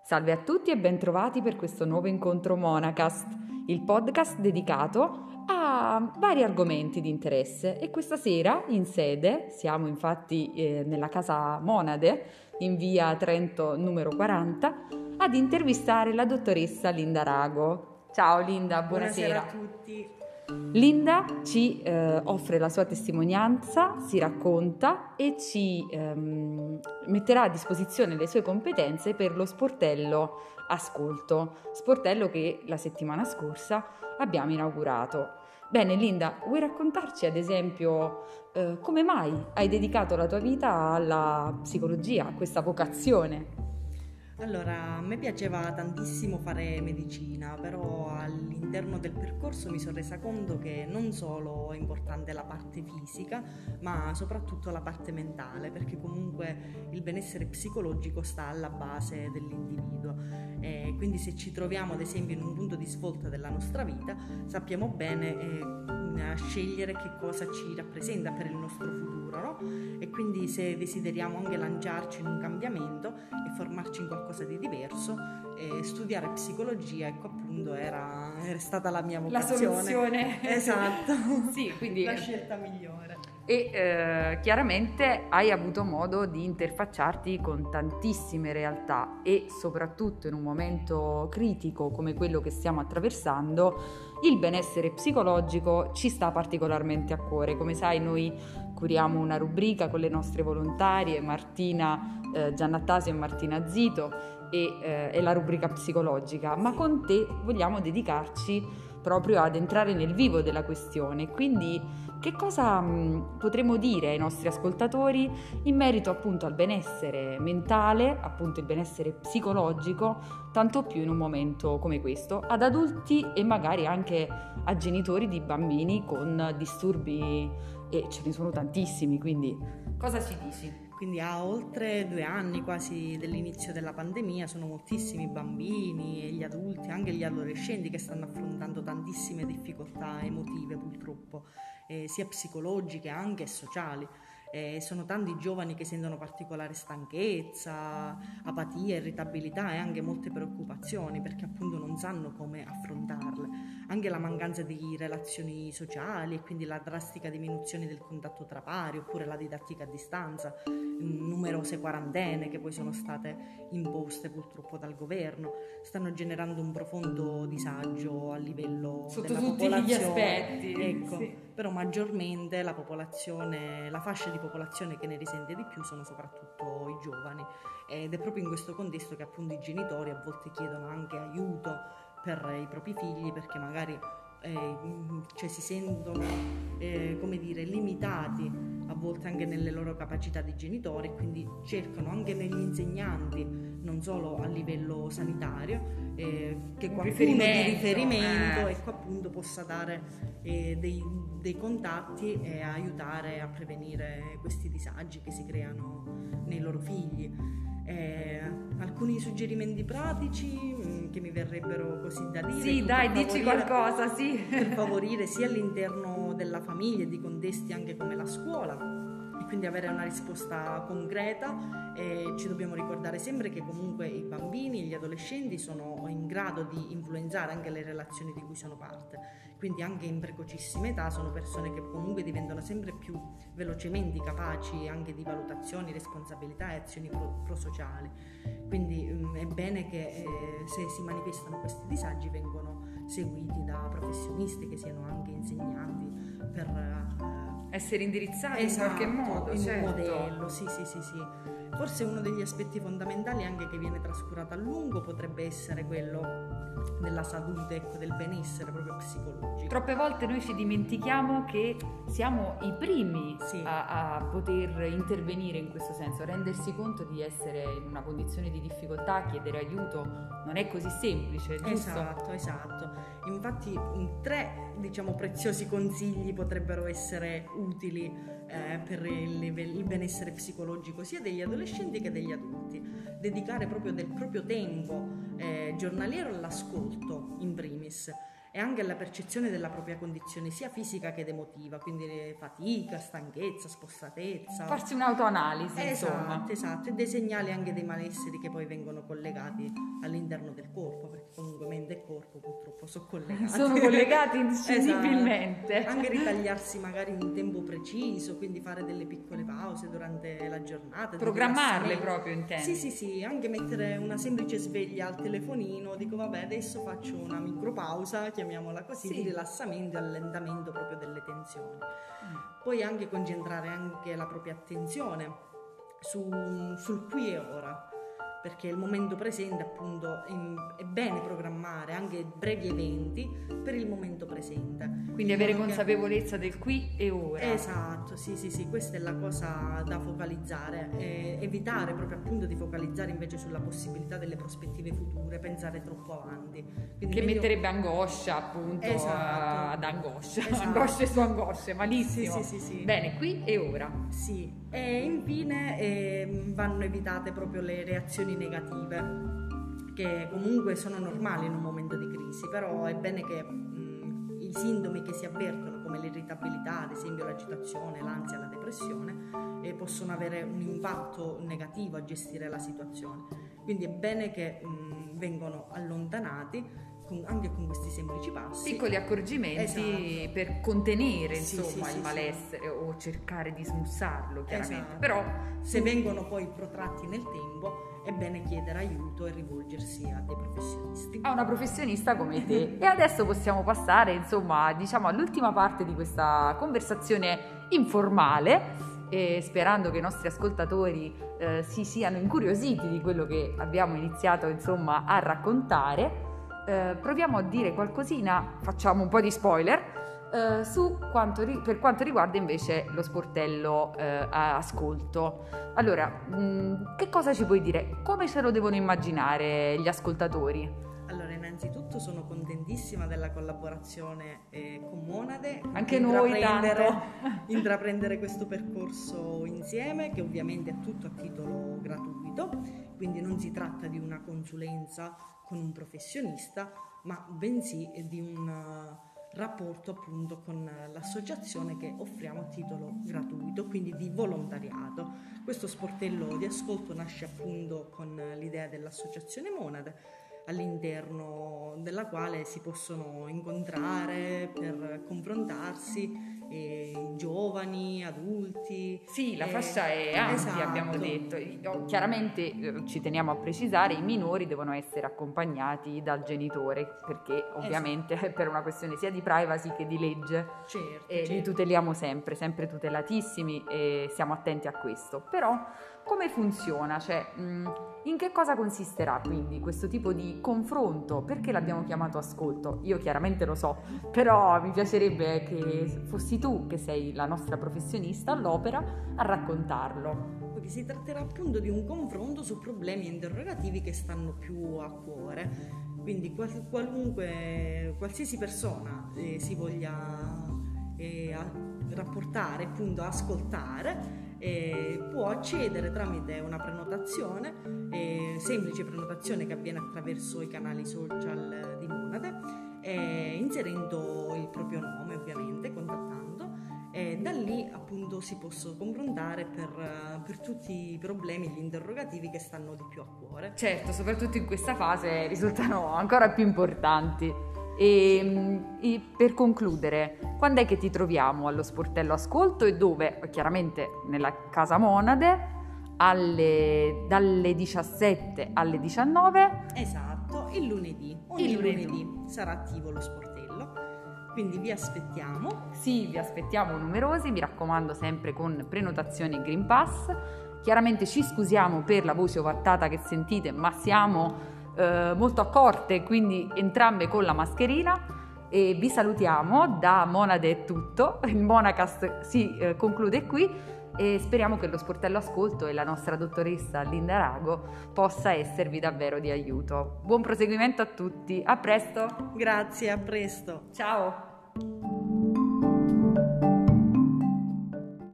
Salve a tutti e bentrovati per questo nuovo incontro Monacast, il podcast dedicato a vari argomenti di interesse. E questa sera in sede, siamo infatti nella casa Monade, in via Trento numero 40, ad intervistare la dottoressa Linda Rago. Ciao Linda, buonasera. Buonasera a tutti. Linda ci offre la sua testimonianza, si racconta e ci metterà a disposizione le sue competenze per lo sportello Ascolto, sportello che la settimana scorsa abbiamo inaugurato. Bene Linda, vuoi raccontarci ad esempio come mai hai dedicato la tua vita alla psicologia, a questa vocazione? Allora, a me piaceva tantissimo fare medicina, però all'interno del percorso mi sono resa conto che non solo è importante la parte fisica, ma soprattutto la parte mentale, perché comunque il benessere psicologico sta alla base dell'individuo. E quindi se ci troviamo ad esempio in un punto di svolta della nostra vita, sappiamo bene a scegliere che cosa ci rappresenta per il nostro futuro, no? E quindi se desideriamo anche lanciarci in un cambiamento e formarci in qualcosa di diverso, studiare psicologia, ecco appunto era stata la mia vocazione. La soluzione. Esatto. Sì, quindi la scelta migliore. E chiaramente hai avuto modo di interfacciarti con tantissime realtà e soprattutto in un momento critico come quello che stiamo attraversando il benessere psicologico ci sta particolarmente a cuore. Come sai, noi curiamo una rubrica con le nostre volontarie, Martina Giannattasio e Martina Zito, e è la rubrica psicologica, ma con te vogliamo dedicarci proprio ad entrare nel vivo della questione. Quindi che cosa potremmo dire ai nostri ascoltatori in merito appunto al benessere mentale, appunto il benessere psicologico, tanto più in un momento come questo, ad adulti e magari anche a genitori di bambini con disturbi, e ce ne sono tantissimi, quindi cosa ci dici? Quindi a oltre 2 anni quasi dell'inizio della pandemia sono moltissimi i bambini e gli adulti, anche gli adolescenti che stanno affrontando tantissime difficoltà emotive purtroppo, sia psicologiche anche sociali. Sono tanti giovani che sentono particolare stanchezza, apatia, irritabilità e anche molte preoccupazioni perché appunto non sanno come affrontarle. Anche la mancanza di relazioni sociali e quindi la drastica diminuzione del contatto tra pari oppure la didattica a distanza, numerose quarantene che poi sono state imposte purtroppo dal governo, stanno generando un profondo disagio a livello sotto della tutti popolazione. Gli aspetti. Ecco, sì. Però maggiormente la fascia di popolazione che ne risente di più sono soprattutto i giovani ed è proprio in questo contesto che appunto i genitori a volte chiedono anche aiuto per i propri figli perché magari si sentono limitati a volte anche nelle loro capacità di genitori e quindi cercano anche negli insegnanti, non solo a livello sanitario, che qualcuno di riferimento ecco appunto possa dare dei contatti e aiutare a prevenire questi disagi che si creano nei loro figli. Alcuni suggerimenti pratici che mi verrebbero così da dire. Sì, dai, dici qualcosa, sì. Per favorire sia all'interno della famiglia e di contesti anche come la scuola e quindi avere una risposta concreta. Ci dobbiamo ricordare sempre che comunque i bambini e gli adolescenti sono in grado di influenzare anche le relazioni di cui sono parte, quindi anche in precocissima età sono persone che comunque diventano sempre più velocemente capaci anche di valutazioni, responsabilità e azioni prosociali. Quindi è bene che se si manifestano questi disagi vengono seguiti da professionisti che siano anche insegnanti per essere indirizzati esatto, in qualche modo, in certo. un modello, sì. Forse uno degli aspetti fondamentali anche che viene trascurato a lungo potrebbe essere quello della salute, ecco, del benessere proprio psicologico. Troppe volte noi ci dimentichiamo che siamo i primi Sì. a poter intervenire in questo senso, rendersi conto di essere in una condizione di difficoltà, chiedere aiuto non è così semplice, giusto? Esatto. Infatti 3 preziosi consigli potrebbero essere utili per il benessere psicologico sia degli adolescenti che degli adulti. Dedicare proprio del proprio tempo giornaliero all'ascolto in primis e anche alla percezione della propria condizione sia fisica che emotiva, quindi fatica, stanchezza, spossatezza. Farsi un'autoanalisi, insomma. Esatto, e dei segnali anche dei malesseri che poi vengono collegati all'interno del corpo, perché comunque mente e corpo purtroppo sono collegati. Sono collegati indisscindibilmente. Esatto. Anche ritagliarsi magari in un tempo preciso, quindi fare delle piccole pause durante la giornata. Programmarle proprio, intendi? Sì, anche mettere una semplice sveglia al telefonino, dico vabbè adesso faccio una micropausa, chiamiamola così, di rilassamento e allentamento proprio delle tensioni. Poi anche concentrare anche la propria attenzione sul qui e ora, perché il momento presente appunto è bene programmare anche brevi eventi per il momento presente. Quindi avere consapevolezza del qui e ora. Esatto, sì, questa è la cosa da focalizzare, evitare proprio appunto di focalizzare invece sulla possibilità delle prospettive future, pensare troppo avanti. Quindi che metterebbe angoscia appunto ad angoscia, angosce su angosce, malissimo. Sì. Bene, qui e ora. Sì, e infine vanno evitate proprio le reazioni negative, che comunque sono normali in un momento di crisi, però è bene che i sintomi che si avvertono come l'irritabilità, ad esempio l'agitazione, l'ansia, la depressione, possono avere un impatto negativo a gestire la situazione, quindi è bene che vengano allontanati anche con questi semplici passi, piccoli accorgimenti per contenere insomma il malessere o cercare di smussarlo chiaramente. Però se vengono poi protratti nel tempo è bene chiedere aiuto e rivolgersi a dei professionisti, a una professionista come te. E adesso possiamo passare insomma diciamo all'ultima parte di questa conversazione informale, sperando che i nostri ascoltatori si siano incuriositi di quello che abbiamo iniziato insomma a raccontare. Proviamo a dire qualcosina, facciamo un po' di spoiler per quanto riguarda invece lo sportello ascolto. Allora, che cosa ci puoi dire? Come ce lo devono immaginare gli ascoltatori? Allora, innanzitutto sono contentissima della collaborazione con Monade. Anche noi tanto. Intraprendere questo percorso insieme, che ovviamente è tutto a titolo gratuito, quindi non si tratta di una consulenza con un professionista, ma bensì di un rapporto appunto con l'associazione che offriamo a titolo gratuito, quindi di volontariato. Questo sportello di ascolto nasce appunto con l'idea dell'associazione Monade, all'interno della quale si possono incontrare per confrontarsi giovani, adulti. Sì, la fascia è ampia, esatto. Abbiamo detto. Chiaramente ci teniamo a precisare, i minori devono essere accompagnati dal genitore, perché ovviamente per una questione sia di privacy che di legge, certo. li tuteliamo sempre tutelatissimi e siamo attenti a questo. Però come funziona? Cioè, in che cosa consisterà quindi questo tipo di confronto? Perché l'abbiamo chiamato ascolto? Io chiaramente lo so, però mi piacerebbe che fossi tu, che sei la nostra professionista all'opera, a raccontarlo. Perché si tratterà appunto di un confronto su problemi e interrogativi che stanno più a cuore, quindi qualsiasi persona si voglia rapportare, appunto ascoltare, può accedere tramite una prenotazione, semplice prenotazione che avviene attraverso i canali social di Monade, inserendo il proprio nome ovviamente, contattando, e da lì appunto si possono confrontare per tutti i problemi e gli interrogativi che stanno di più a cuore. Certo, soprattutto in questa fase risultano ancora più importanti. E per concludere, quando è che ti troviamo allo sportello ascolto e dove? Chiaramente nella Casa Monade dalle 17 alle 19. Esatto, il lunedì. Ogni lunedì sarà attivo lo sportello, quindi vi aspettiamo. Sì, vi aspettiamo numerosi, mi raccomando sempre con prenotazione e Green Pass. Chiaramente ci scusiamo per la voce ovattata che sentite, ma siamo molto accorte, quindi entrambe con la mascherina, e vi salutiamo. Da Monade è tutto, il Monacast si conclude qui e speriamo che lo sportello ascolto e la nostra dottoressa Linda Rago possa esservi davvero di aiuto. Buon proseguimento a tutti, a presto. Grazie, a presto. Ciao.